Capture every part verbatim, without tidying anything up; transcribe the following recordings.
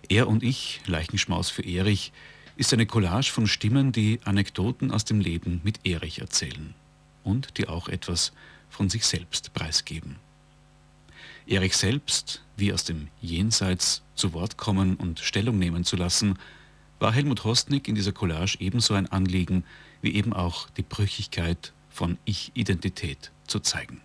Er und ich, Leichenschmaus für Erich, ist eine Collage von Stimmen, die Anekdoten aus dem Leben mit Erich erzählen und die auch etwas von sich selbst preisgeben. Erich selbst, wie aus dem Jenseits zu Wort kommen und Stellung nehmen zu lassen, war Helmut Hostnik in dieser Collage ebenso ein Anliegen, wie eben auch die Brüchigkeit von Ich-Identität zu zeigen.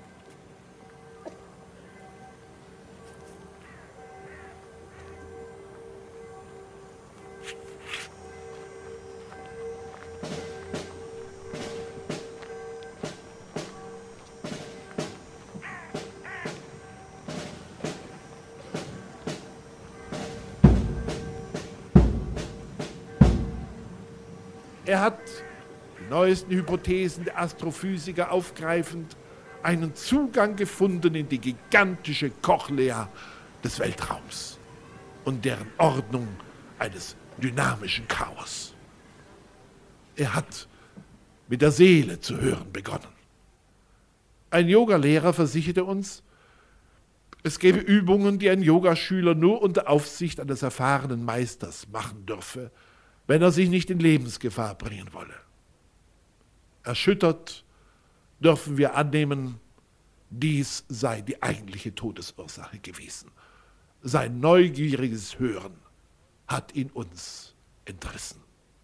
Er hat die neuesten Hypothesen der Astrophysiker aufgreifend einen Zugang gefunden in die gigantische Cochlea des Weltraums und deren Ordnung eines dynamischen Chaos. Er hat mit der Seele zu hören begonnen. Ein Yogalehrer versicherte uns, es gäbe Übungen, die ein Yogaschüler nur unter Aufsicht eines erfahrenen Meisters machen dürfe, wenn er sich nicht in Lebensgefahr bringen wolle. Erschüttert dürfen wir annehmen, dies sei die eigentliche Todesursache gewesen. Sein neugieriges Hören hat ihn uns entrissen.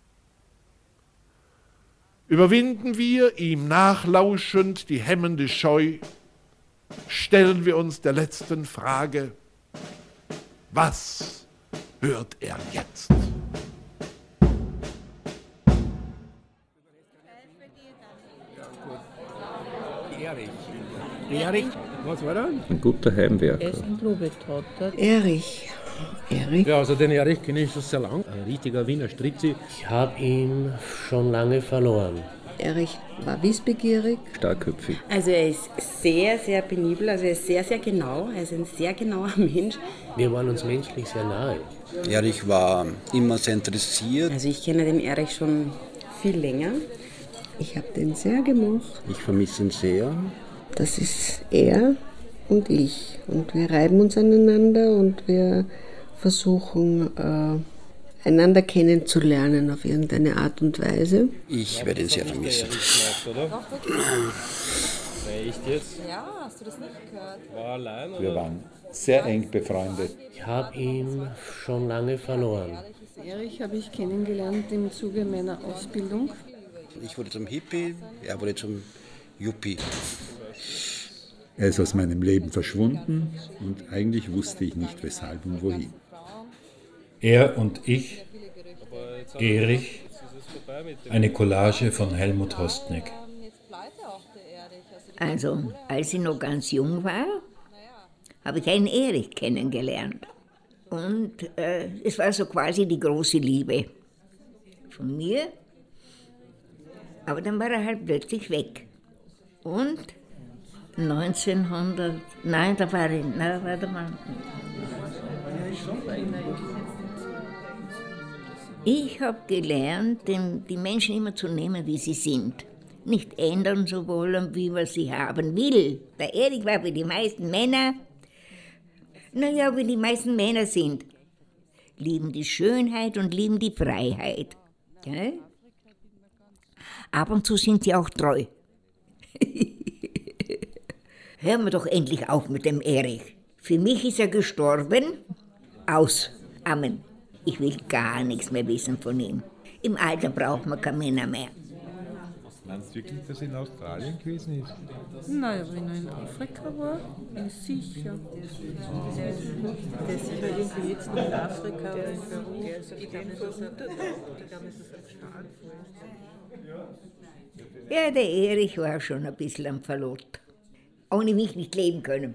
Überwinden wir, ihm nachlauschend, die hemmende Scheu, stellen wir uns der letzten Frage, was hört er jetzt? Erich. Erich, was war er? Ein guter Heimwerker. Er ist ein Globetrotter. Erich. Erich? Ja, also den Erich kenne ich schon sehr lang. Ein richtiger Wiener Stritzi. Ich habe ihn schon lange verloren. Erich war wissbegierig. Starkköpfig. Also er ist sehr, sehr penibel, also er ist sehr, sehr genau. Er ist ein sehr genauer Mensch. Wir waren uns menschlich sehr nahe. Erich war immer sehr interessiert. Also ich kenne den Erich schon viel länger. Ich habe den sehr gemocht. Ich vermisse ihn sehr. Das ist er und ich. Und wir reiben uns aneinander und wir versuchen, äh, einander kennenzulernen auf irgendeine Art und Weise. Ich werde ihn sehr vermissen. Echt jetzt? Ja, hast du das nicht gehört? War allein, oder? Wir waren sehr eng befreundet. Ich habe ihn schon lange verloren. Erich habe ich kennengelernt im Zuge meiner Ausbildung. Ich wurde zum Hippie, er wurde zum Yuppie. Er ist aus meinem Leben verschwunden und eigentlich wusste ich nicht, weshalb und wohin. Er und ich, Erich, eine Collage von Helmut Hostnik. Also, als ich noch ganz jung war, habe ich einen Erich kennengelernt. Und äh, es war so quasi die große Liebe von mir. Aber dann war er halt plötzlich weg. Und neunzehnhundert, nein, da war ich, na, warte mal. Ich habe gelernt, die Menschen immer zu nehmen, wie sie sind. Nicht ändern zu wollen, wie man sie haben will. Der Erich war wie die meisten Männer, naja, wie die meisten Männer sind. Lieben die Schönheit und lieben die Freiheit. Ja? Ab und zu sind sie auch treu. Hören wir doch endlich auf mit dem Erich. Für mich ist er gestorben. Aus. Amen. Ich will gar nichts mehr wissen von ihm. Im Alter braucht man keine Männer mehr. Meinst du wirklich, dass er in Australien gewesen ist? Naja, wenn er in Afrika war, ist sicher. Der ist sicher irgendwie jetzt noch in Afrika. Der ist ich glaube, es ist ein Stahlfuß. Ja, der Erich war schon ein bisschen am Verlot. Ohne mich nicht leben können.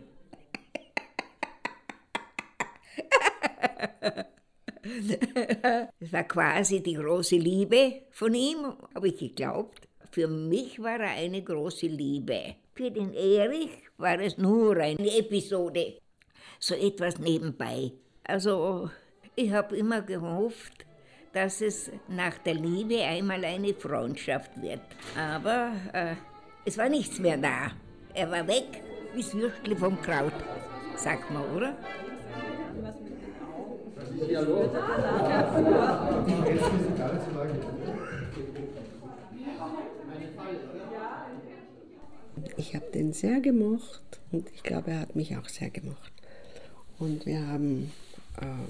Es war quasi die große Liebe von ihm, habe ich geglaubt. Für mich war er eine große Liebe. Für den Erich war es nur eine Episode. So etwas nebenbei. Also, ich habe immer gehofft, dass es nach der Liebe einmal eine Freundschaft wird. Aber äh, es war nichts mehr da. Er war weg wie das Würstchen vom Kraut, sagt man, oder? Ich habe den sehr gemocht und ich glaube, er hat mich auch sehr gemocht. Und wir haben äh,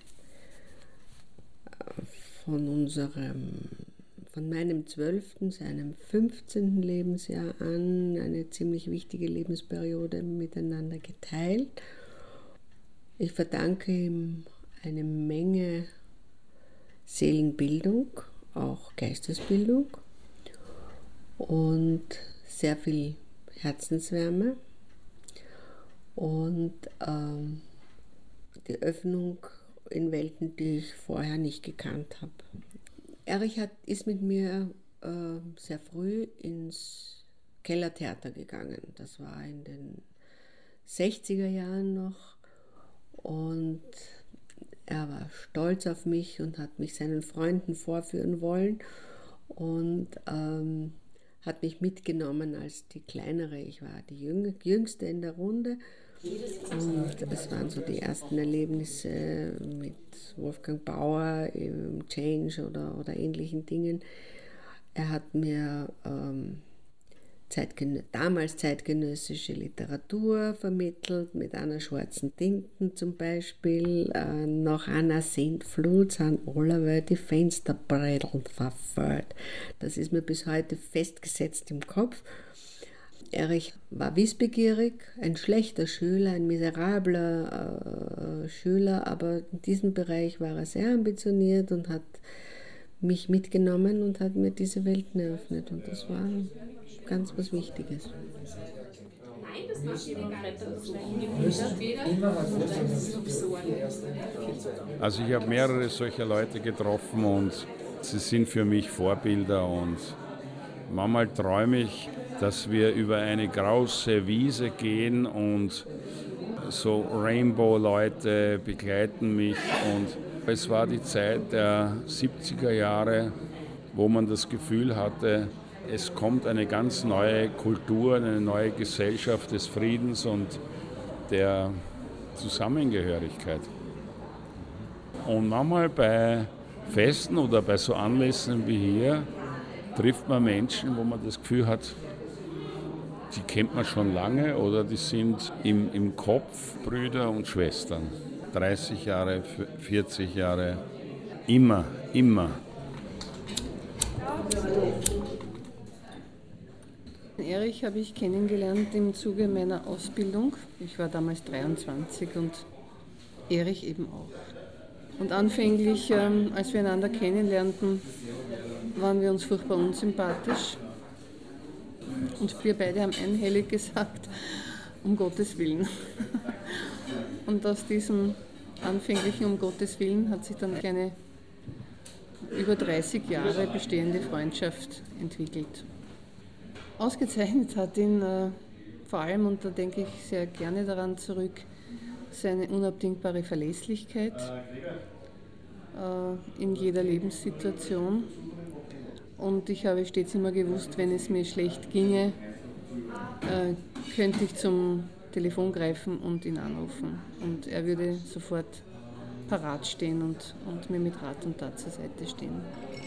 von unserem, von meinem zwölften, seinem fünfzehnten Lebensjahr an eine ziemlich wichtige Lebensperiode miteinander geteilt. Ich verdanke ihm eine Menge Seelenbildung, auch Geistesbildung und sehr viel Herzenswärme und ähm, die Öffnung in Welten, die ich vorher nicht gekannt habe. Erich hat, ist mit mir äh, sehr früh ins Kellertheater gegangen. Das war in den sechziger Jahren noch und er war stolz auf mich und hat mich seinen Freunden vorführen wollen und ähm, hat mich mitgenommen als die Kleinere. Ich war die Jüngste in der Runde. Und es waren so die ersten Erlebnisse mit Wolfgang Bauer im Change oder, oder ähnlichen Dingen. Er hat mir ähm, zeitgenö- damals zeitgenössische Literatur vermittelt, mit Anna Schwarzen-Tinten zum Beispiel. Äh, nach einer Sintflut sind alle die Fensterbretteln verfällt. Das ist mir bis heute festgesetzt im Kopf. Erich war wissbegierig, ein schlechter Schüler, ein miserabler äh, Schüler, aber in diesem Bereich war er sehr ambitioniert und hat mich mitgenommen und hat mir diese Welten eröffnet und das war ganz was Wichtiges. Also ich habe mehrere solcher Leute getroffen und sie sind für mich Vorbilder und manchmal träume ich, dass wir über eine große Wiese gehen und so Rainbow-Leute begleiten mich. Und es war die Zeit der siebziger Jahre, wo man das Gefühl hatte, es kommt eine ganz neue Kultur, eine neue Gesellschaft des Friedens und der Zusammengehörigkeit. Und manchmal bei Festen oder bei so Anlässen wie hier trifft man Menschen, wo man das Gefühl hat, die kennt man schon lange oder die sind im, im Kopf Brüder und Schwestern. dreißig Jahre, vierzig Jahre, immer, immer. Erich habe ich kennengelernt im Zuge meiner Ausbildung. Ich war damals dreiundzwanzig und Erich eben auch. Und anfänglich, ähm, als wir einander kennenlernten, waren wir uns furchtbar unsympathisch. Und wir beide haben einhellig gesagt, um Gottes Willen. Und aus diesem anfänglichen um Gottes Willen hat sich dann eine über dreißig Jahre bestehende Freundschaft entwickelt. Ausgezeichnet hat ihn äh, vor allem, und da denke ich sehr gerne daran zurück, seine unabdingbare Verlässlichkeit äh, in jeder Lebenssituation. Und ich habe stets immer gewusst, wenn es mir schlecht ginge, äh, könnte ich zum Telefon greifen und ihn anrufen. Und er würde sofort parat stehen und, und mir mit Rat und Tat zur Seite stehen.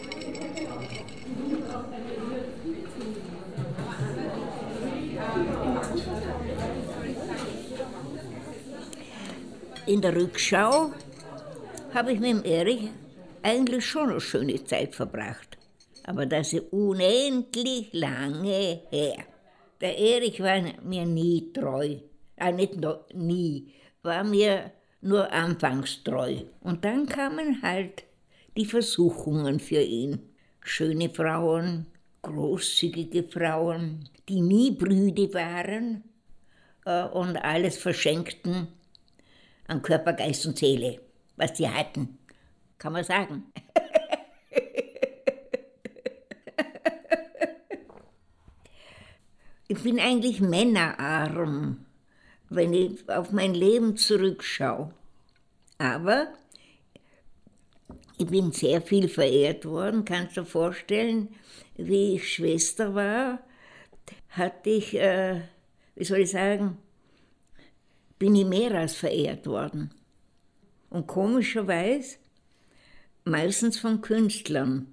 In der Rückschau habe ich mit dem Erich eigentlich schon eine schöne Zeit verbracht. Aber das ist unendlich lange her. Der Erich war mir nie treu. Äh, nicht no, nie, war mir nur anfangs treu. Und dann kamen halt die Versuchungen für ihn. Schöne Frauen, großzügige Frauen, die nie brüde waren äh, und alles verschenkten an Körper, Geist und Seele, was sie hatten, kann man sagen. Ich bin eigentlich männerarm, wenn ich auf mein Leben zurückschaue. Aber ich bin sehr viel verehrt worden, kannst du dir vorstellen, wie ich Schwester war, hatte ich, äh, wie soll ich sagen, bin ich mehr als verehrt worden. Und komischerweise meistens von Künstlern.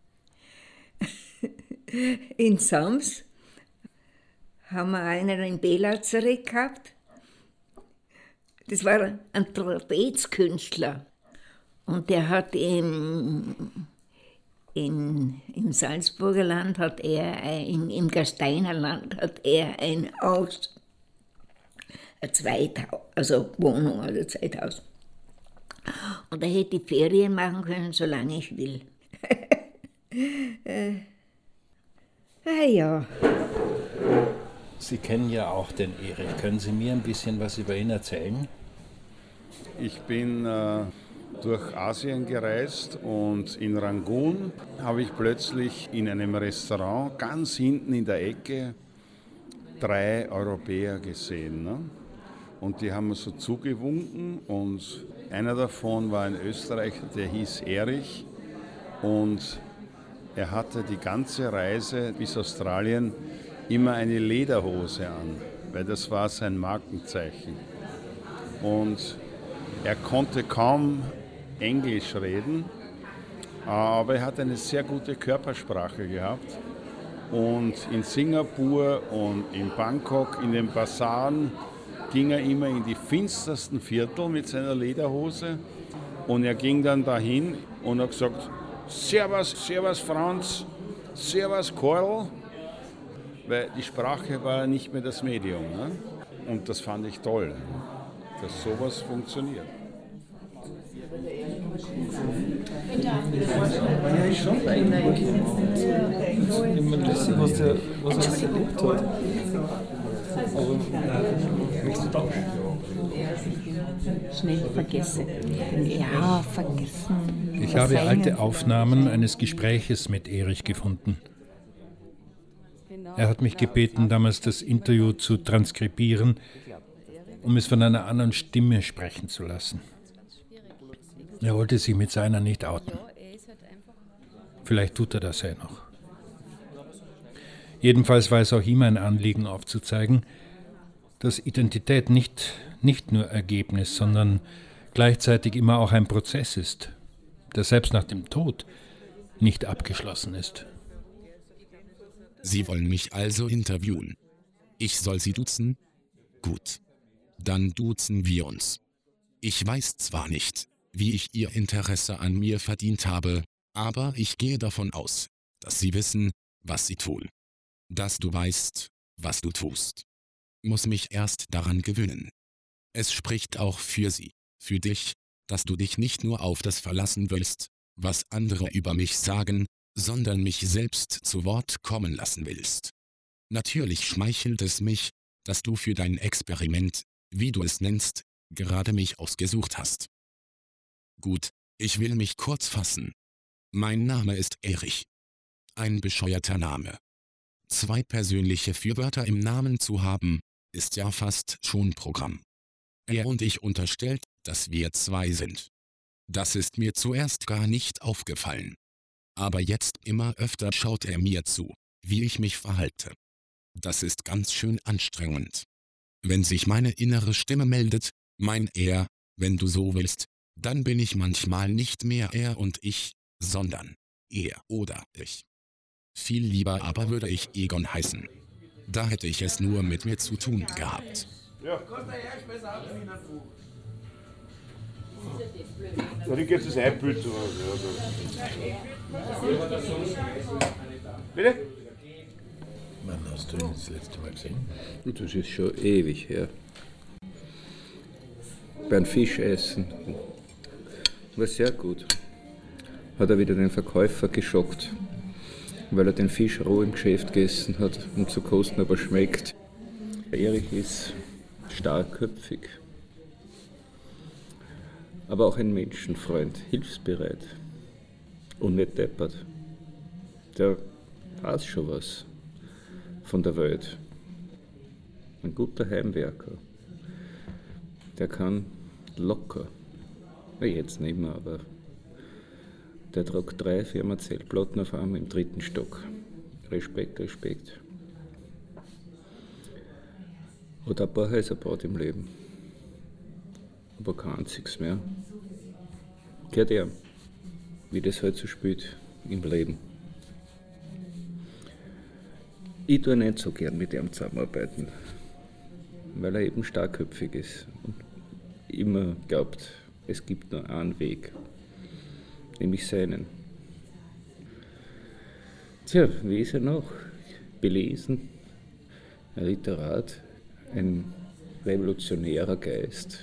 In Sams haben wir einen im B-Lazarett gehabt. Das war ein Trapezkünstler. Und der hat im, in, im Salzburger Land, hat er ein, im Gasteiner Land hat er ein Haus, ein Zweithaus, also Wohnung oder Zweithaus. Und er hätte die Ferien machen können, solange ich will. äh, ah ja. Sie kennen ja auch den Erich. Können Sie mir ein bisschen was über ihn erzählen? Ich bin äh, durch Asien gereist und in Rangoon habe ich plötzlich in einem Restaurant ganz hinten in der Ecke drei Europäer gesehen. Ne? Und die haben mir so zugewunken und einer davon war ein Österreicher, der hieß Erich und er hatte die ganze Reise bis Australien immer eine Lederhose an, weil das war sein Markenzeichen. Und er konnte kaum Englisch reden, aber er hat eine sehr gute Körpersprache gehabt. Und in Singapur und in Bangkok, in den Basaren, ging er immer in die finstersten Viertel mit seiner Lederhose. Und er ging dann dahin und hat gesagt, Servus, Servus Franz, Servus Karl. Weil die Sprache war nicht mehr das Medium. Ne? Und das fand ich toll, dass sowas funktioniert. Ja, ich schon eigentlich. Immer lässig, was der was er alles erlebt hat. Aber nichts zu tauschen. Schnell vergessen. Ja, vergessen. Ich habe alte Aufnahmen eines Gespräches mit Erich gefunden. Er hat mich gebeten, damals das Interview zu transkribieren, um es von einer anderen Stimme sprechen zu lassen. Er wollte sich mit seiner nicht outen. Vielleicht tut er das ja noch. Jedenfalls war es auch ihm ein Anliegen aufzuzeigen, dass Identität nicht, nicht nur Ergebnis, sondern gleichzeitig immer auch ein Prozess ist, der selbst nach dem Tod nicht abgeschlossen ist. Sie wollen mich also interviewen. Ich soll Sie duzen? Gut. Dann duzen wir uns. Ich weiß zwar nicht, wie ich Ihr Interesse an mir verdient habe, aber ich gehe davon aus, dass Sie wissen, was Sie tun. Dass du weißt, was du tust. Muss mich erst daran gewöhnen. Es spricht auch für Sie, für dich, dass du dich nicht nur auf das verlassen willst, was andere über mich sagen, sondern mich selbst zu Wort kommen lassen willst. Natürlich schmeichelt es mich, dass du für dein Experiment, wie du es nennst, gerade mich ausgesucht hast. Gut, ich will mich kurz fassen. Mein Name ist Erich. Ein bescheuerter Name. Zwei persönliche Fürwörter im Namen zu haben, ist ja fast schon Programm. Er und ich unterstellt, dass wir zwei sind. Das ist mir zuerst gar nicht aufgefallen. Aber jetzt immer öfter schaut er mir zu, wie ich mich verhalte. Das ist ganz schön anstrengend. Wenn sich meine innere Stimme meldet, mein Er, wenn du so willst, dann bin ich manchmal nicht mehr er und ich, sondern er oder ich. Viel lieber aber würde ich Egon heißen. Da hätte ich es nur mit mir zu tun gehabt. Ja. Ja, die geht das Einbild zu. Bitte? Wann hast du ihn das letzte Mal gesehen? Das ist schon ewig her. Beim Fischessen. War sehr gut. Hat er wieder den Verkäufer geschockt, weil er den Fisch roh im Geschäft gegessen hat, um zu kosten, aber schmeckt. Erich ist starkköpfig, aber auch ein Menschenfreund, hilfsbereit und nicht deppert. Der weiß schon was von der Welt. Ein guter Heimwerker. Der kann locker, ja, jetzt nicht mehr, aber der tragt drei Firma-Zeltplatten auf einmal im dritten Stock. Respekt, Respekt. Hat ein paar Häuser gebaut im Leben, aber kein einziges mehr. gehört er, wie das halt so spielt im Leben. Ich tue nicht so gern mit ihm zusammenarbeiten, weil er eben starkköpfig ist und immer glaubt, es gibt nur einen Weg, nämlich seinen. Tja, wie ist er noch? Belesen, ein Literat, ein revolutionärer Geist,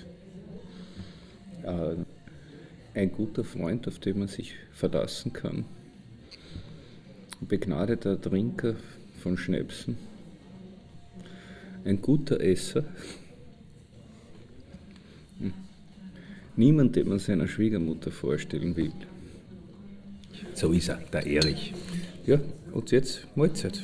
ein guter Freund, auf den man sich verlassen kann, ein begnadeter Trinker von Schnäpsen, ein guter Esser, niemand, den man seiner Schwiegermutter vorstellen will. So ist er, der Erich. Ja, und jetzt Mahlzeit.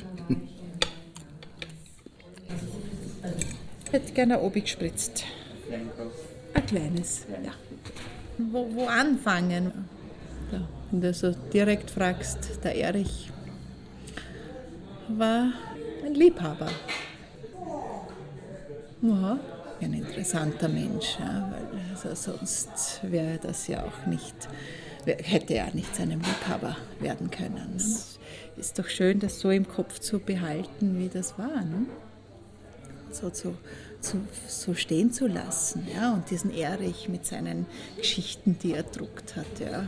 Ich hätte gerne ein Obi gespritzt. Ein kleines, ja. Wo, wo anfangen? Ja, wenn du so direkt fragst, der Erich war ein Liebhaber. Ja, ein interessanter Mensch, ja, weil also sonst wäre das ja auch nicht, hätte er nicht seinem Liebhaber werden können. Es ist doch schön, das so im Kopf zu behalten, wie das war. Ne? So, zu, zu, so stehen zu lassen. Ja? Und diesen Erich mit seinen Geschichten, die er druckt hat. Ja.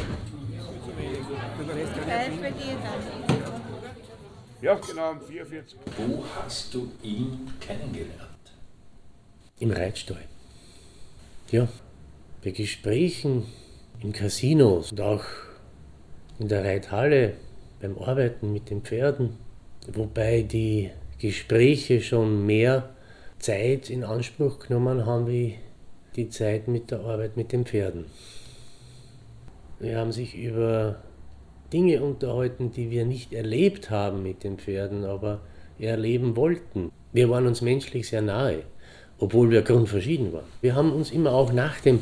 Ja, genau, um vierundvierzig. Wo hast du ihn kennengelernt? Im Reitstall. Ja, bei Gesprächen in Casinos und auch in der Reithalle beim Arbeiten mit den Pferden, wobei die Gespräche schon mehr Zeit in Anspruch genommen haben wie die Zeit mit der Arbeit mit den Pferden. Wir haben sich über Dinge unterhalten, die wir nicht erlebt haben mit den Pferden, aber erleben wollten. Wir waren uns menschlich sehr nahe, obwohl wir grundverschieden waren. Wir haben uns immer auch nach dem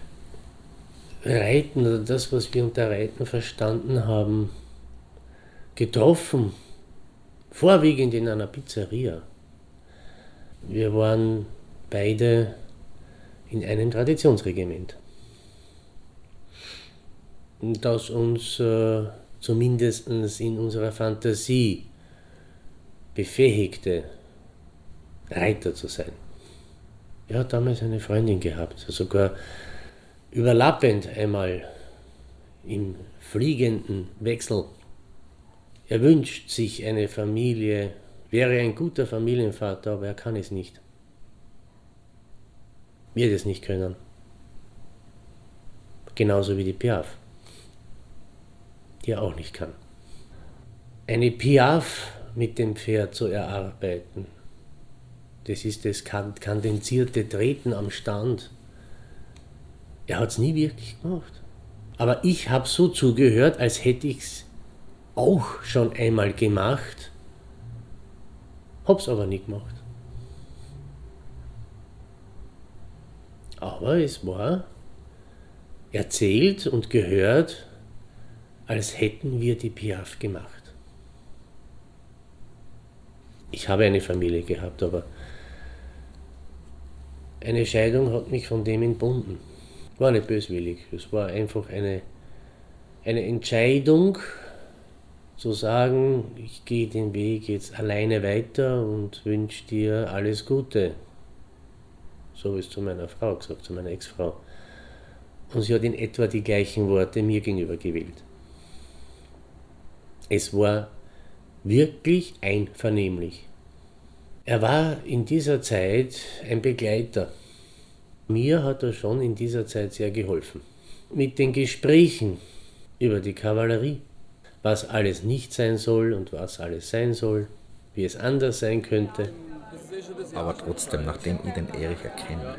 Reiten oder das, was wir unter Reiten verstanden haben, getroffen, vorwiegend in einer Pizzeria. Wir waren beide in einem Traditionsregiment, das uns äh, zumindest in unserer Fantasie befähigte, Reiter zu sein. Er hat damals eine Freundin gehabt, sogar überlappend einmal im fliegenden Wechsel. Er wünscht sich eine Familie, wäre ein guter Familienvater, aber er kann es nicht. Wird es nicht können. Genauso wie die Piaf, die er auch nicht kann. Eine Piaf mit dem Pferd zu erarbeiten, das ist das kondensierte Treten am Stand. Er hat es nie wirklich gemacht. Aber ich habe so zugehört, als hätte ich es auch schon einmal gemacht, hab's aber nie gemacht. Aber es war erzählt und gehört, als hätten wir die Piaf gemacht. Ich habe eine Familie gehabt, aber eine Scheidung hat mich von dem entbunden. War nicht böswillig, es war einfach eine, eine Entscheidung, zu sagen, ich gehe den Weg jetzt alleine weiter und wünsche dir alles Gute. So habe ich es zu meiner Frau gesagt, zu meiner Ex-Frau. Und sie hat in etwa die gleichen Worte mir gegenüber gewählt. Es war wirklich einvernehmlich. Er war in dieser Zeit ein Begleiter. Mir hat er schon in dieser Zeit sehr geholfen. Mit den Gesprächen über die Kavallerie, was alles nicht sein soll und was alles sein soll, wie es anders sein könnte. Aber trotzdem, nachdem ich den Erich erkenne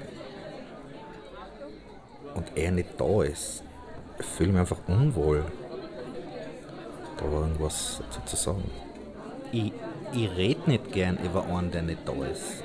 und er nicht da ist, fühle ich mich einfach unwohl, da irgendwas dazu zu sagen. Ich, ich rede nicht gern über einen, der nicht da ist.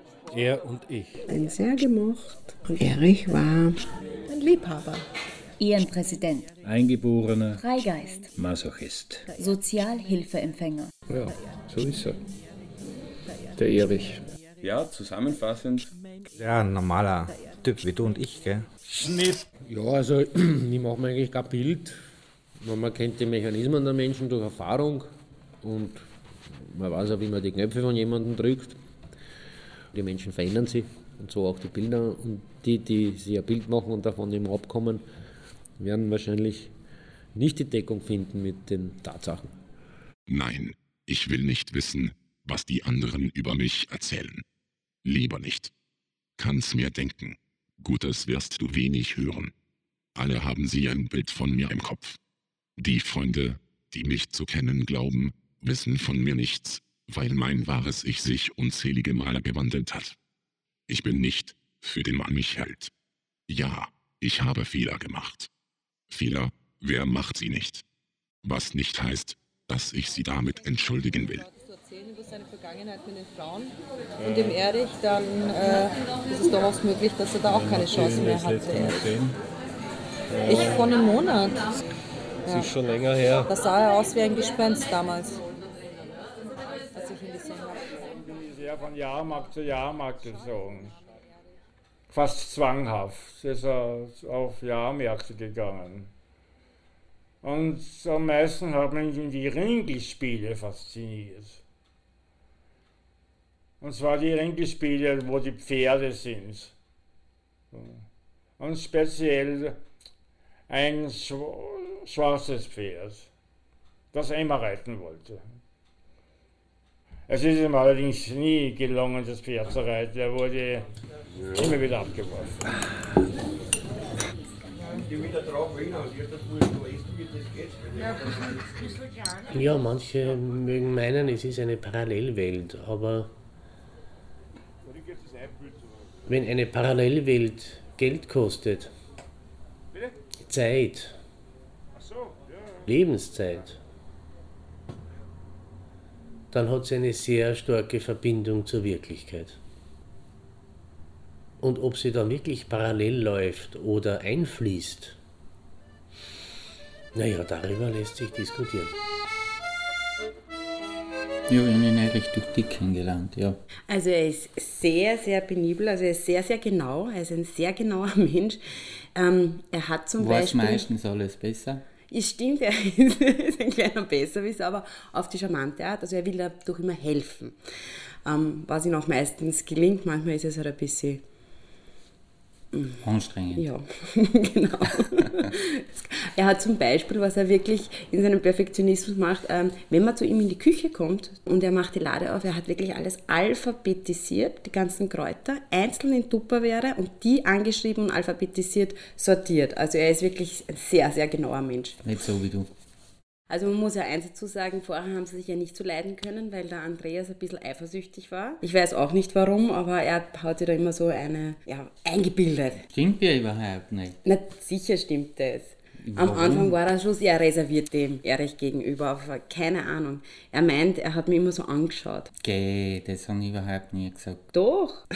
Er und ich. Ein sehr gemocht. Und Erich war ein Liebhaber. Ehrenpräsident. Eingeborener Freigeist. Masochist. Sozialhilfeempfänger. Ja, so ist er. Der Erich. Ja, zusammenfassend. Ja, ein normaler Typ wie du und ich, gell? Schnitt. Ja, also ich mache mir eigentlich kein Bild. Man kennt die Mechanismen der Menschen durch Erfahrung und man weiß auch, wie man die Knöpfe von jemandem drückt. Die Menschen verändern sich und so auch die Bilder. Und die, die sich ein Bild machen und davon eben abkommen, werden wahrscheinlich nicht die Deckung finden mit den Tatsachen. Nein, ich will nicht wissen, was die anderen über mich erzählen. Lieber nicht. Kann's mir denken. Gutes wirst du wenig hören. Alle haben sie ein Bild von mir im Kopf. Die Freunde, die mich zu kennen glauben, wissen von mir nichts, weil mein wahres Ich sich unzählige Male gewandelt hat. Ich bin nicht, für den man mich hält. Ja, ich habe Fehler gemacht. Fehler, wer macht sie nicht? Was nicht heißt, dass ich sie damit entschuldigen will. Über seine Vergangenheit mit den Frauen und dem Erich, dann äh, ist es durchaus möglich, dass er da auch keine Chance mehr hatte. Ich vor einem Monat. Das ja. ist schon länger her. Da sah er aus wie ein Gespenst damals, als ich ihn gesehen habe. Ich bin sehr von Jahrmarkt zu Jahrmarkt gezogen. Fast zwanghaft ist er auf Jahrmärkte gegangen. Und am meisten hat mich die Ringelspiele fasziniert. Und zwar die Ringelspiele, wo die Pferde sind. Und speziell ein schwarzes Pferd, das er immer reiten wollte. Es ist ihm allerdings nie gelungen, das Pferd zu reiten. Er wurde immer wieder abgeworfen. Ja, manche mögen meinen, es ist eine Parallelwelt, aber wenn eine Parallelwelt Geld kostet, Zeit, Lebenszeit, dann hat sie eine sehr starke Verbindung zur Wirklichkeit. Und ob sie dann wirklich parallel läuft oder einfließt, naja, darüber lässt sich diskutieren. Ja, ich habe ihn eigentlich durch dich kennengelernt, ja. Also er ist sehr, sehr penibel, also er ist sehr, sehr genau, er ist ein sehr genauer Mensch. Ähm, er hat zum Weiß Beispiel... meistens alles besser. Es stimmt, er ist, ist ein kleiner Besserwisser, aber auf die charmante Art, also er will dadurch immer helfen. Ähm, was ihm auch meistens gelingt, manchmal ist es halt ein bisschen... Anstrengend. Ja, genau. Er hat zum Beispiel, was er wirklich in seinem Perfektionismus macht, ähm, wenn man zu ihm in die Küche kommt und er macht die Lade auf, er hat wirklich alles alphabetisiert, die ganzen Kräuter, einzeln in Tupperware und die angeschrieben und alphabetisiert sortiert. Also er ist wirklich ein sehr, sehr genauer Mensch. Nicht so wie du. Also man muss ja eins dazu sagen, vorher haben sie sich ja nicht so leiden können, weil der Andreas ein bisschen eifersüchtig war. Ich weiß auch nicht warum, aber er hat sich da immer so eine, ja, eingebildet. Stimmt ja überhaupt nicht. Na, sicher stimmt das. Am Warum? Anfang war er schon sehr reserviert dem Erich gegenüber, aber keine Ahnung. Er meint, er hat mich immer so angeschaut. Geh, das habe ich überhaupt nie gesagt. Doch.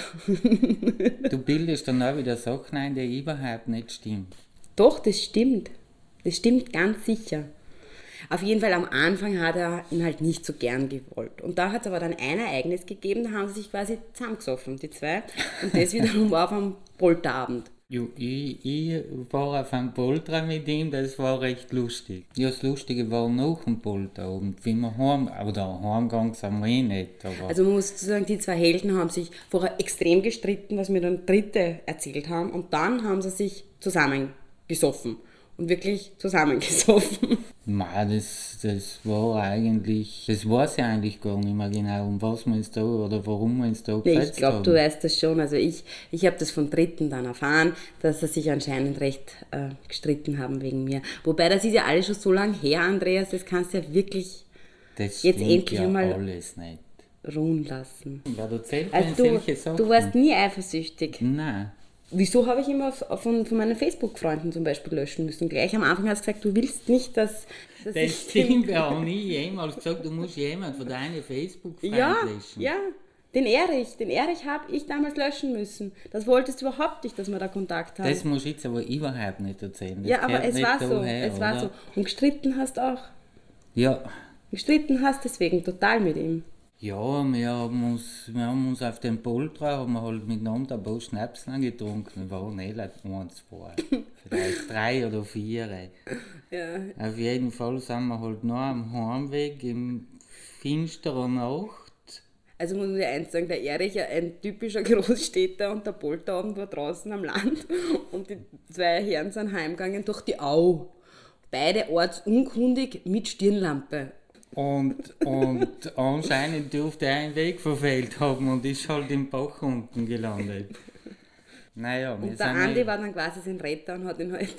Du bildest dann auch wieder Sachen ein, die überhaupt nicht stimmen. Doch, das stimmt. Das stimmt ganz sicher. Auf jeden Fall am Anfang hat er ihn halt nicht so gern gewollt. Und da hat es aber dann ein Ereignis gegeben, da haben sie sich quasi zusammengesoffen, die zwei. Und das wiederum war auf einem Polterabend. Ja, ich, ich war auf einem Polter mit ihm, das war recht lustig. Ja, das Lustige war nach dem Polterabend, wie wir heim, oder heimgegangen sind wir eh nicht. Aber also man muss sagen, die zwei Helden haben sich vorher extrem gestritten, was mir dann Dritte erzählt haben. Und dann haben sie sich zusammengesoffen. Und wirklich zusammengesoffen. Nein, das, das war eigentlich, das weiß ich eigentlich gar nicht mehr genau, um was wir uns da oder warum wir uns da nee, gesetzt ich glaube, haben. du weißt das schon. Also ich, ich habe das von Dritten dann erfahren, dass sie sich anscheinend recht äh, gestritten haben wegen mir. Wobei, das ist ja alles schon so lange her, Andreas, das kannst du ja wirklich das jetzt endlich ja einmal alles nicht. ruhen lassen. Ja, du erzählst also mir du, solche Sachen. Du warst nie eifersüchtig. Nein. Wieso habe ich immer von, von meinen Facebook-Freunden zum Beispiel löschen müssen? Gleich am Anfang hast du gesagt, du willst nicht, dass... dass das stimmt, wir haben nie jemals gesagt, du musst jemanden von deinen Facebook-Freunden ja, löschen. Ja, Den Erich, den Erich habe ich damals löschen müssen. Das wolltest du überhaupt nicht, dass wir da Kontakt haben. Das muss ich jetzt aber überhaupt nicht erzählen. Das ja, aber es war so, daher, es war oder? so. Und gestritten hast auch. Ja. Gestritten hast deswegen total mit ihm. Ja, wir haben uns, wir haben uns auf dem Poltra haben wir halt miteinander ein paar Schnapslein getrunken. Wir waren nicht ein, zwei, vielleicht drei oder vier. Ja. Auf jeden Fall sind wir halt noch am Heimweg im finsteren Nacht. Also muss ich eins sagen, der Erich, ein typischer Großstädter, und der Polterabend war draußen am Land und die zwei Herren sind heimgegangen durch die Au. Beide ortsunkundig mit Stirnlampe. Und, und anscheinend durfte er einen Weg verfehlt haben und ist halt im Bach unten gelandet. Naja, wir und der sind Andi nicht- war dann quasi sein Retter und hat ihn halt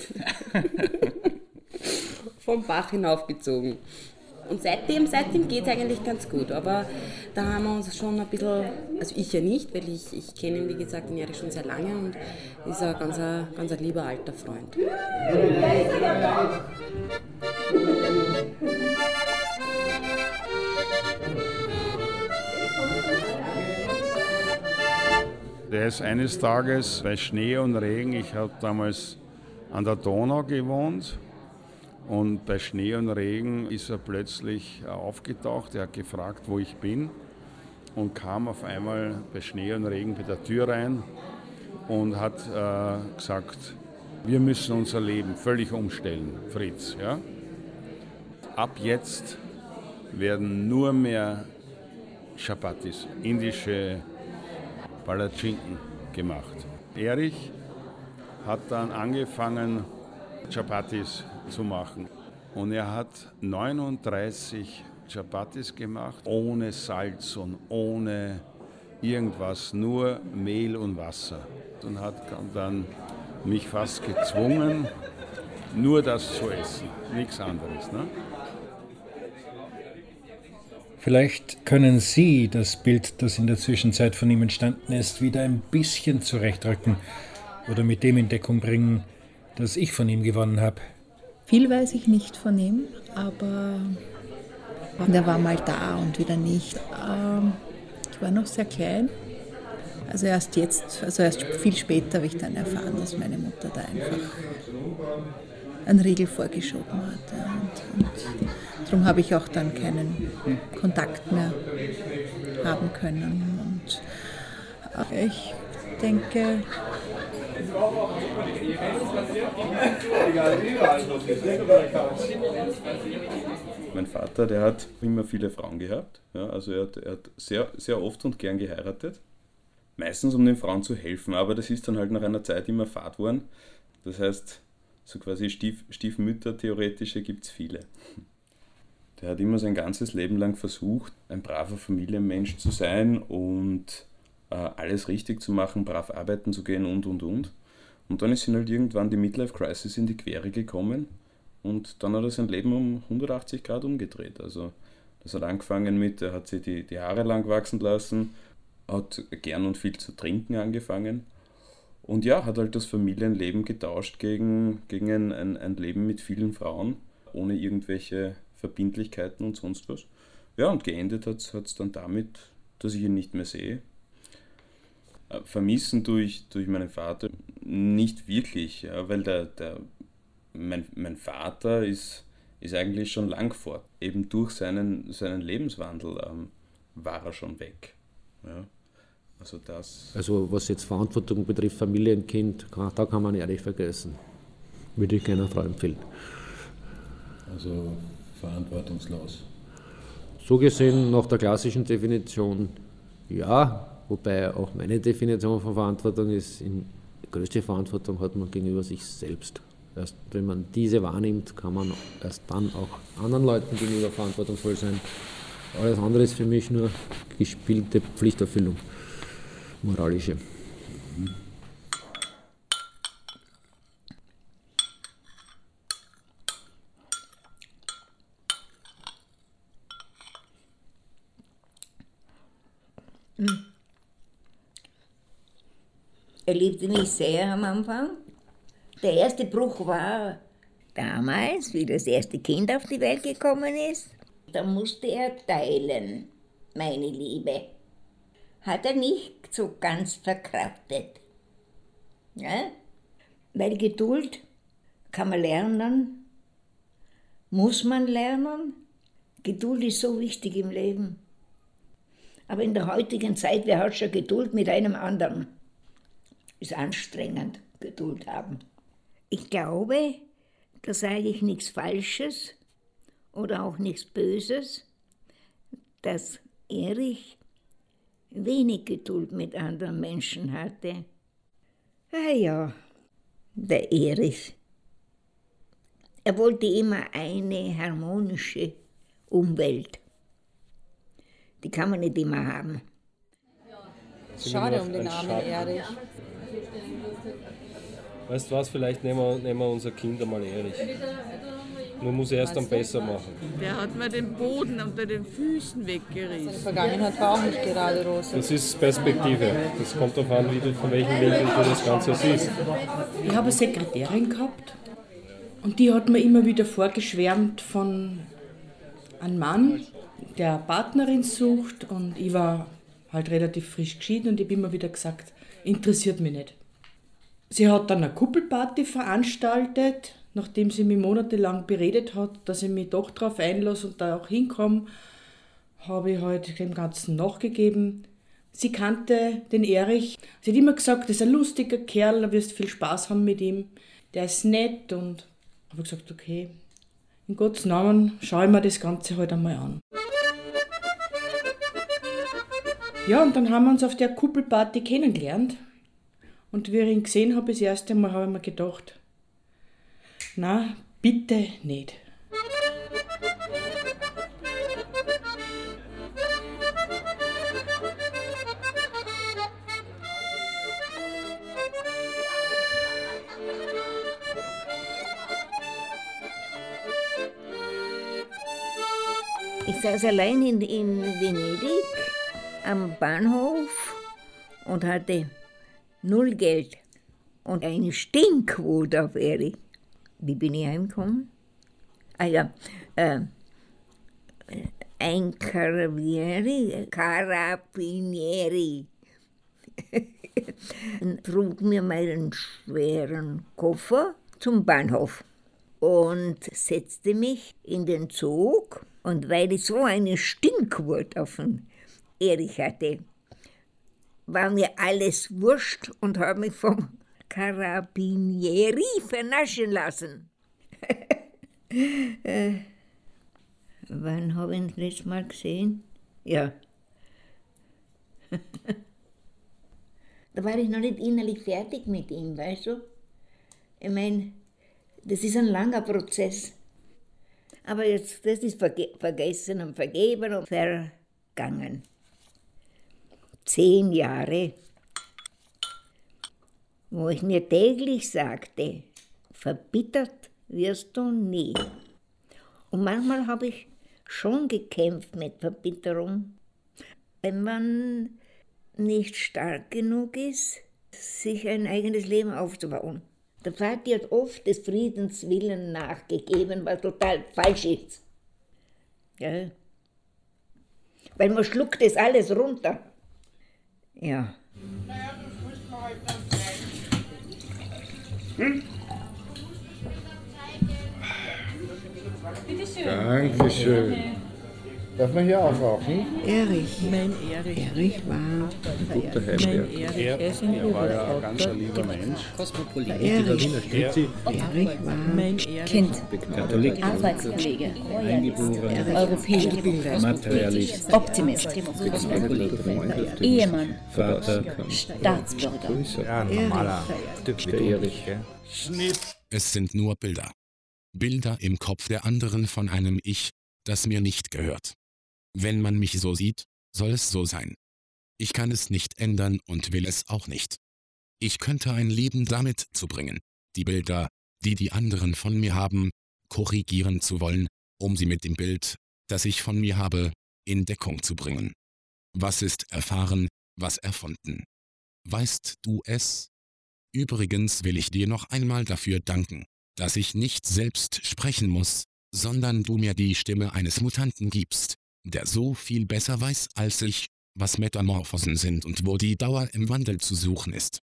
vom Bach hinaufgezogen. Und seitdem, seitdem geht es eigentlich ganz gut. Aber da haben wir uns schon ein bisschen, also ich ja nicht, weil ich, ich kenne ihn, wie gesagt, den Erich schon sehr lange und ist ein ganz, ein, ganz ein lieber alter Freund. Der ist eines Tages bei Schnee und Regen, ich habe damals an der Donau gewohnt, und bei Schnee und Regen ist er plötzlich aufgetaucht. Er hat gefragt, wo ich bin, und kam auf einmal bei Schnee und Regen bei der Tür rein und hat äh, gesagt, wir müssen unser Leben völlig umstellen, Fritz. Ja? Ab jetzt werden nur mehr Chapatis, indische Palatschinken gemacht. Erich hat dann angefangen, Chapatis zu machen. Und er hat neununddreißig Chapatis gemacht, ohne Salz und ohne irgendwas, nur Mehl und Wasser. Und hat dann mich fast gezwungen, nur das zu essen, nichts anderes. Ne? Vielleicht können Sie das Bild, das in der Zwischenzeit von ihm entstanden ist, wieder ein bisschen zurechtrücken oder mit dem in Deckung bringen, das ich von ihm gewonnen habe. Viel weiß ich nicht von ihm, aber der war mal da und wieder nicht. Ähm, ich war noch sehr klein. Also erst jetzt, also erst viel später habe ich dann erfahren, dass meine Mutter da einfach einen Riegel vorgeschoben hat. Und, und darum habe ich auch dann keinen Kontakt mehr haben können. Und ich denke, Mein Vater, der hat immer viele Frauen gehabt. Ja, also er hat, er hat sehr, sehr oft und gern geheiratet. Meistens um den Frauen zu helfen, aber das ist dann halt nach einer Zeit immer fad geworden. Das heißt, so quasi Stief, Stiefmütter, theoretische, gibt es viele. Der hat immer sein ganzes Leben lang versucht, ein braver Familienmensch zu sein und äh, alles richtig zu machen, brav arbeiten zu gehen und, und, und. Und dann ist ihm halt irgendwann die Midlife-Crisis in die Quere gekommen und dann hat er sein Leben um hundertachtzig Grad umgedreht. Also das hat angefangen mit, er hat sich die, die Haare lang wachsen lassen, hat gern und viel zu trinken angefangen und ja, hat halt das Familienleben getauscht gegen, gegen ein, ein, ein Leben mit vielen Frauen, ohne irgendwelche Verbindlichkeiten und sonst was. Ja, und geendet hat es dann damit, dass ich ihn nicht mehr sehe. Vermissen durch, durch meinen Vater nicht wirklich, ja, weil der, der, mein, mein Vater ist, ist eigentlich schon lang fort. Eben durch seinen, seinen Lebenswandel ähm, war er schon weg. Ja. Also, das also was jetzt Verantwortung betrifft, Familienkind, kann, da kann man ehrlich vergessen. Würde ich keiner Frau empfehlen. Also verantwortungslos. So gesehen, nach der klassischen Definition ja, wobei auch meine Definition von Verantwortung ist, die größte Verantwortung hat man gegenüber sich selbst. Erst wenn man diese wahrnimmt, kann man erst dann auch anderen Leuten gegenüber verantwortungsvoll sein. Alles andere ist für mich nur gespielte Pflichterfüllung, moralische. Mhm. Er liebte mich sehr am Anfang. Der erste Bruch war damals, wie das erste Kind auf die Welt gekommen ist. Da musste er teilen, meine Liebe. hat er nicht so ganz verkraftet. Ja? Weil Geduld kann man lernen, muss man lernen. Geduld ist so wichtig im Leben. Aber in der heutigen Zeit, wer hat schon Geduld mit einem anderen? Ist anstrengend, Geduld haben. Ich glaube, da sage ich nichts Falsches oder auch nichts Böses, dass Erich wenig Geduld mit anderen Menschen hatte. Ah ja, der Erich. Er wollte immer eine harmonische Umwelt. Die kann man nicht immer haben. Schade um den armen Erich. Weißt du was, vielleicht nehmen wir, nehmen wir unser Kind einmal Erich. Nur muss er es dann besser machen. Der hat mir den Boden unter den Füßen weggerissen. Seine Vergangenheit war auch nicht gerade rosig. Das ist Perspektive. Das kommt darauf an, wie du, von welchem Winkel du das Ganze siehst. Ich habe eine Sekretärin gehabt und die hat mir immer wieder vorgeschwärmt von einem Mann, der eine Partnerin sucht, und ich war halt relativ frisch geschieden und ich habe immer wieder gesagt, interessiert mich nicht. Sie hat dann eine Kuppelparty veranstaltet, nachdem sie mich monatelang beredet hat, dass ich mich doch darauf einlasse und da auch hinkomme, habe ich halt dem Ganzen nachgegeben. Sie kannte den Erich. Sie hat immer gesagt, das ist ein lustiger Kerl, da wirst viel Spaß haben mit ihm. Der ist nett, und habe gesagt, okay, in Gottes Namen schaue ich mir das Ganze halt einmal an. Ja, und dann haben wir uns auf der Kuppelparty kennengelernt. Und wie ich ihn gesehen habe, das erste Mal, habe ich mir gedacht, na, bitte nicht. Ich saß allein in, in Venedig am Bahnhof und hatte null Geld und eine Stinkwut auf Erich. Wie bin ich heimgekommen? Ah ja, äh, ein Carabinieri, Carabinieri trug mir meinen schweren Koffer zum Bahnhof und setzte mich in den Zug. Und weil ich so eine Stinkwut auf den Erich hatte, war mir alles wurscht und habe mich vom Carabinieri vernaschen lassen. äh, wann habe ich ihn das letzte Mal gesehen? Ja. Da war ich noch nicht innerlich fertig mit ihm, weißt du? Ich meine, das ist ein langer Prozess. Aber jetzt, das ist verge- vergessen und vergeben und vergangen. Zehn Jahre, wo ich mir täglich sagte, verbittert wirst du nie. Und manchmal habe ich schon gekämpft mit Verbitterung. Wenn man nicht stark genug ist, sich ein eigenes Leben aufzubauen. Der Vati hat oft des Friedens Willen nachgegeben, was total falsch ist. Ja. Weil man schluckt das alles runter. Ja. Hm? Bitte schön. Dankeschön. Darf man hier auch rauchen? Erich. Mein Erich. Erich war ein guter Mein Erich. Er, er, er war ja ein ganz lieber Mensch. Kosmopolit. Erich. Erich war mein Kind. Katholik. Arbeitskollege. Eingeboren. Europäisch gebildet. Materialist. Optimist. Ehemann. Vater. Staatsbürger. Ja, ein normaler Typ wie du. Erich. Es sind nur Bilder. Bilder im Kopf der anderen von einem Ich, das mir nicht gehört. Wenn man mich so sieht, soll es so sein. Ich kann es nicht ändern und will es auch nicht. Ich könnte ein Leben damit zubringen, die Bilder, die die anderen von mir haben, korrigieren zu wollen, um sie mit dem Bild, das ich von mir habe, in Deckung zu bringen. Was ist erfahren, was erfunden? Weißt du es? Übrigens will ich dir noch einmal dafür danken, dass ich nicht selbst sprechen muss, sondern du mir die Stimme eines Mutanten gibst, der so viel besser weiß als ich, was Metamorphosen sind und wo die Dauer im Wandel zu suchen ist.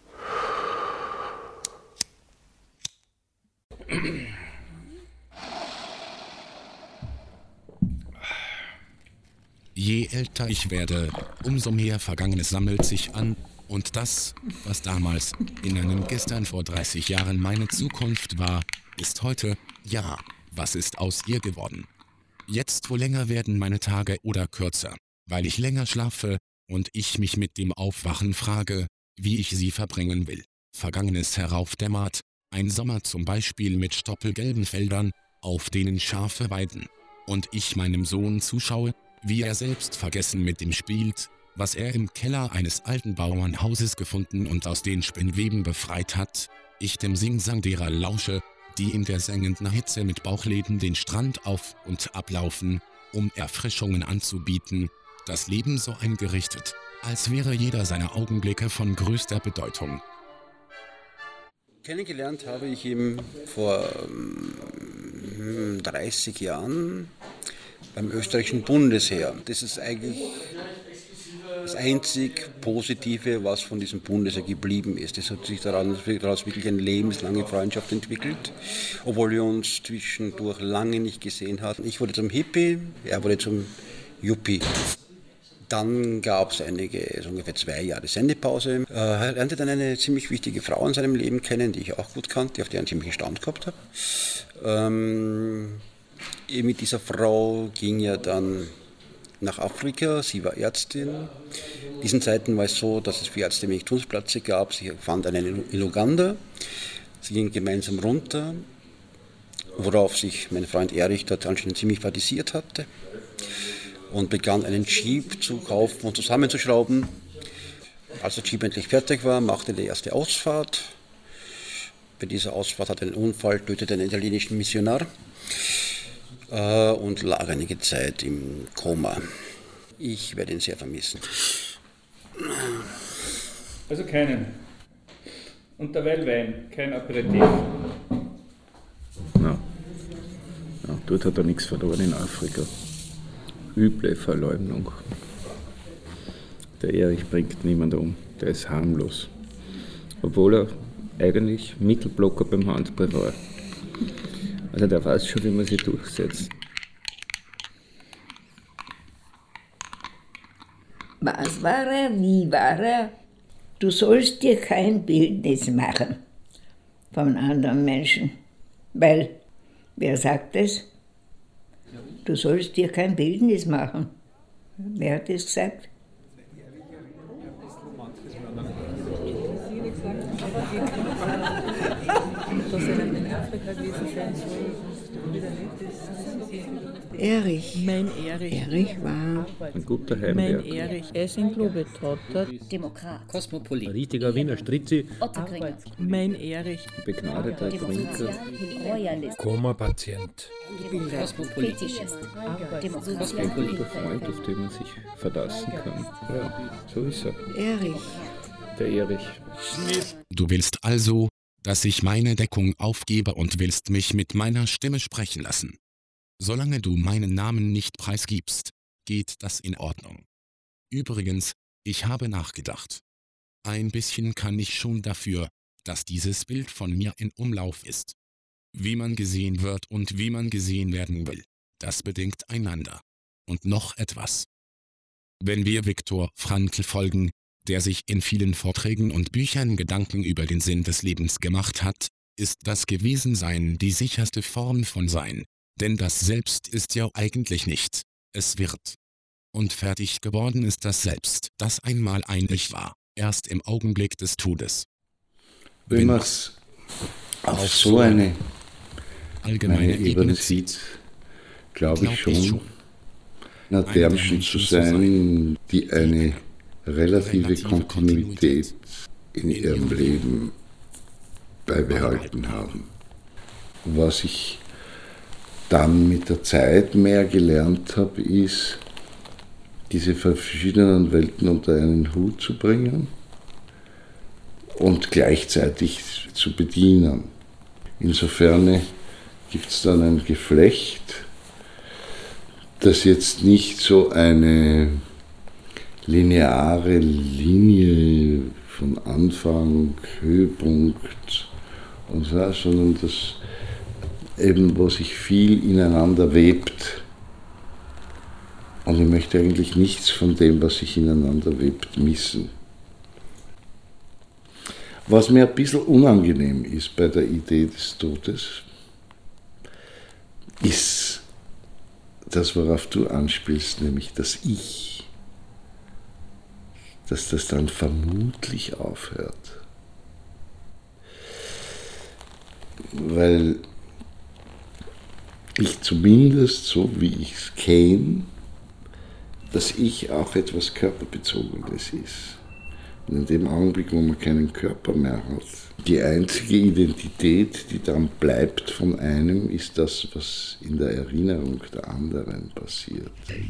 Je älter ich werde, umso mehr Vergangenes sammelt sich an, und das, was damals in einem Gestern vor dreißig Jahren meine Zukunft war, ist heute, ja, was ist aus ihr geworden? Jetzt, wo länger werden meine Tage oder kürzer, weil ich länger schlafe und ich mich mit dem Aufwachen frage, wie ich sie verbringen will. Vergangenes heraufdämmert, ein Sommer zum Beispiel mit stoppelgelben Feldern, auf denen Schafe weiden, und ich meinem Sohn zuschaue, wie er selbst vergessen mit dem spielt, was er im Keller eines alten Bauernhauses gefunden und aus den Spinnweben befreit hat, ich dem Singsang derer lausche, die in der sengenden Hitze mit Bauchläden den Strand auf- und ablaufen, um Erfrischungen anzubieten, das Leben so eingerichtet, als wäre jeder seiner Augenblicke von größter Bedeutung. Kennengelernt habe ich ihn vor ähm, dreißig Jahren beim österreichischen Bundesheer. Das ist eigentlich das einzig Positive, was von diesem Bundesheer geblieben ist. Es hat sich daran, daraus wirklich eine lebenslange Freundschaft entwickelt, obwohl wir uns zwischendurch lange nicht gesehen hatten. Ich wurde zum Hippie, er wurde zum Yuppie. Dann gab es einige, so ungefähr zwei Jahre Sendepause. Er lernte dann eine ziemlich wichtige Frau in seinem Leben kennen, die ich auch gut kannte, auf die er einen ziemlichen Stand gehabt habe. Ähm, mit dieser Frau ging er dann nach Afrika, sie war Ärztin. In diesen Zeiten war es so, dass es für Ärzte wenig Tunnelplätze gab. Sie fand einen in Uganda. Sie gingen gemeinsam runter, worauf sich mein Freund Erich dort anscheinend ziemlich fadisiert hatte und begann einen Jeep zu kaufen und zusammenzuschrauben. Als der Jeep endlich fertig war, machte er die erste Ausfahrt. Bei dieser Ausfahrt hatte er einen Unfall, tötete einen italienischen Missionar äh, und lag einige Zeit im Koma. Ich werde ihn sehr vermissen. Also keinen. Und derweil Wein, kein Aperitif. Na, ja, dort hat er nichts verloren in Afrika. Üble Verleumdung. Der Erich bringt niemanden um, der ist harmlos. Obwohl er eigentlich Mittelblocker beim Handball war. Also der weiß schon, wie man sich durchsetzt. Was war er? Wie war er? Du sollst dir kein Bildnis machen von anderen Menschen. Weil, wer sagt das? Du sollst dir kein Bildnis machen. Wer hat das gesagt? Erich. Mein Erich. Erich war ein guter Heimwerker. Mein Erich. Er ist ein Globetrotter. Demokrat. Kosmopolit. Ein richtiger Wiener Stritzi. Otterkringer. Mein Erich. Begnadeter Trinker. Royalist. Koma-Patient. Kosmopolit. Fetischist. Ein guter Freund, auf den man sich verlassen kann. Ja, so ist er. Erich. Der Erich. Du willst also, dass ich meine Deckung aufgebe und willst mich mit meiner Stimme sprechen lassen. Solange du meinen Namen nicht preisgibst, geht das in Ordnung. Übrigens, ich habe nachgedacht. Ein bisschen kann ich schon dafür, dass dieses Bild von mir in Umlauf ist. Wie man gesehen wird und wie man gesehen werden will, das bedingt einander. Und noch etwas. Wenn wir Viktor Frankl folgen, der sich in vielen Vorträgen und Büchern Gedanken über den Sinn des Lebens gemacht hat, ist das Gewesensein die sicherste Form von Sein, denn das Selbst ist ja eigentlich nicht, es wird. Und fertig geworden ist das Selbst, das einmal ein Ich war, erst im Augenblick des Todes. Wenn man es auf so eine allgemeine Ebene sieht, glaube ich schon, einer der Menschen zu sein, die eine relative Kontinuität in ihrem Leben beibehalten haben. Was ich dann mit der Zeit mehr gelernt habe, ist, diese verschiedenen Welten unter einen Hut zu bringen und gleichzeitig zu bedienen. Insofern gibt es dann ein Geflecht, das jetzt nicht so eine lineare Linie von Anfang, Höhepunkt und so, sondern das eben, wo sich viel ineinander webt. Und ich möchte eigentlich nichts von dem, was sich ineinander webt, missen. Was mir ein bisschen unangenehm ist bei der Idee des Todes, ist das, worauf du anspielst, nämlich das Ich, dass das dann vermutlich aufhört. Weil ich zumindest, so wie ich es kenne, dass Ich auch etwas Körperbezogenes ist. Und in dem Augenblick, wo man keinen Körper mehr hat, die einzige Identität, die dann bleibt von einem, ist das, was in der Erinnerung der anderen passiert.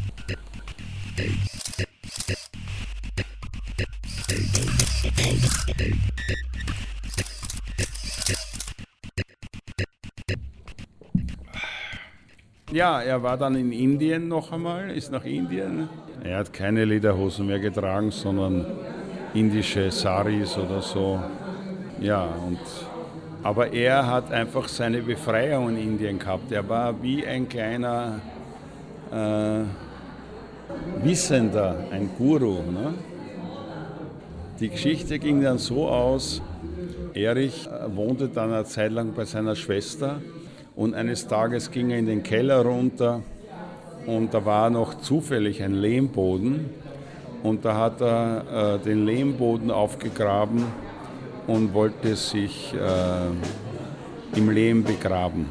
Ja, er war dann in Indien noch einmal, ist nach Indien. Er hat keine Lederhosen mehr getragen, sondern indische Saris oder so. Ja, und, aber er hat einfach seine Befreiung in Indien gehabt. Er war wie ein kleiner äh, Wissender, ein Guru. Ne? Die Geschichte ging dann so aus, Erich wohnte dann eine Zeit lang bei seiner Schwester und eines Tages ging er in den Keller runter und da war noch zufällig ein Lehmboden und da hat er äh, den Lehmboden aufgegraben und wollte sich äh, im Lehm begraben.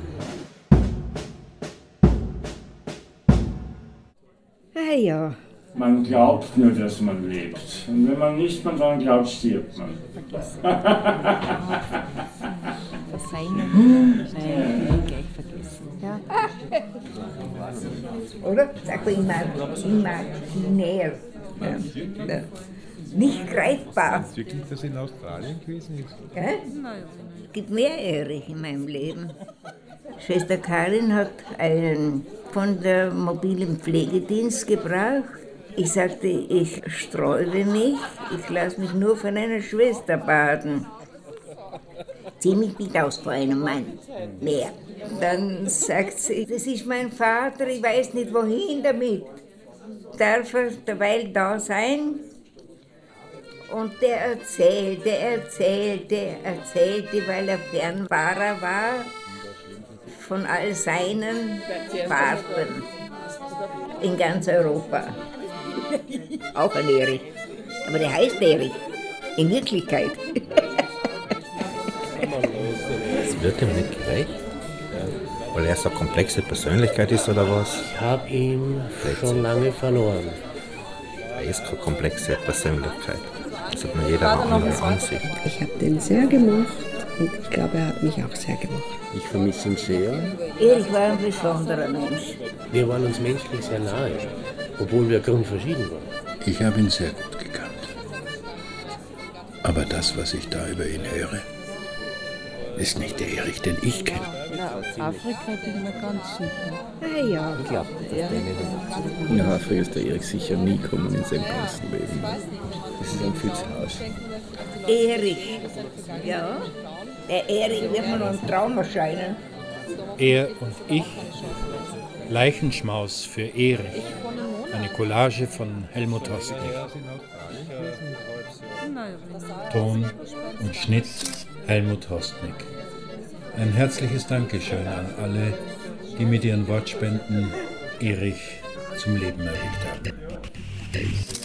Ah ja. Man glaubt nur, dass man lebt. Und wenn man nicht mehr daran glaubt, stirbt man. Gleich vergessen. Ja. Oder? Sag mal, imaginär. Ja. Ja. Nicht greifbar. Ist wirklich das in Australien gewesen? Ja? Es gibt mehr Erich in meinem Leben. Schwester Karin hat einen von der mobilen Pflegedienst gebraucht. Ich sagte, ich sträube mich, ich lasse mich nur von einer Schwester baden. Zieh mich nicht aus vor einem Mann, mehr. Dann sagt sie, das ist mein Vater, ich weiß nicht wohin damit. Darf er derweil da sein? Und der erzählte, erzählte, erzählte, weil er Fernfahrer war, von all seinen Fahrten in ganz Europa. Auch ein Erich. Aber der heißt Erich. In Wirklichkeit. Das wird ihm nicht gerecht. Weil er so eine komplexe Persönlichkeit ist oder was? Ich habe ihn schon lange verloren. Er ist keine komplexe Persönlichkeit. Das hat mir jeder eine andere Ansicht. Ich habe den sehr gemocht und ich glaube, er hat mich auch sehr gemocht. Ich vermisse ihn sehr. Erich war ein besonderer Mensch. Wir waren uns menschlich sehr nahe, obwohl wir grundverschieden waren. Ich habe ihn sehr gut gekannt. Aber das, was ich da über ihn höre, ist nicht der Erich, den ich kenne. Na, aus Afrika bin ich mir ganz sicher. Ah ja. Ich glaube, dass der nicht. Nach Afrika ist der Erich sicher nie gekommen in seinem ganzen Leben. Das ist ein Pfützhaus. Erich. Ja. Der Erich wird mir noch ein Traum erscheinen. Er und ich, Leichenschmaus für Erich. Eine Collage von Helmut Hostnick. Ton und Schnitt Helmut Hostnick. Ein herzliches Dankeschön an alle, die mit ihren Wortspenden Erich zum Leben erweckt haben.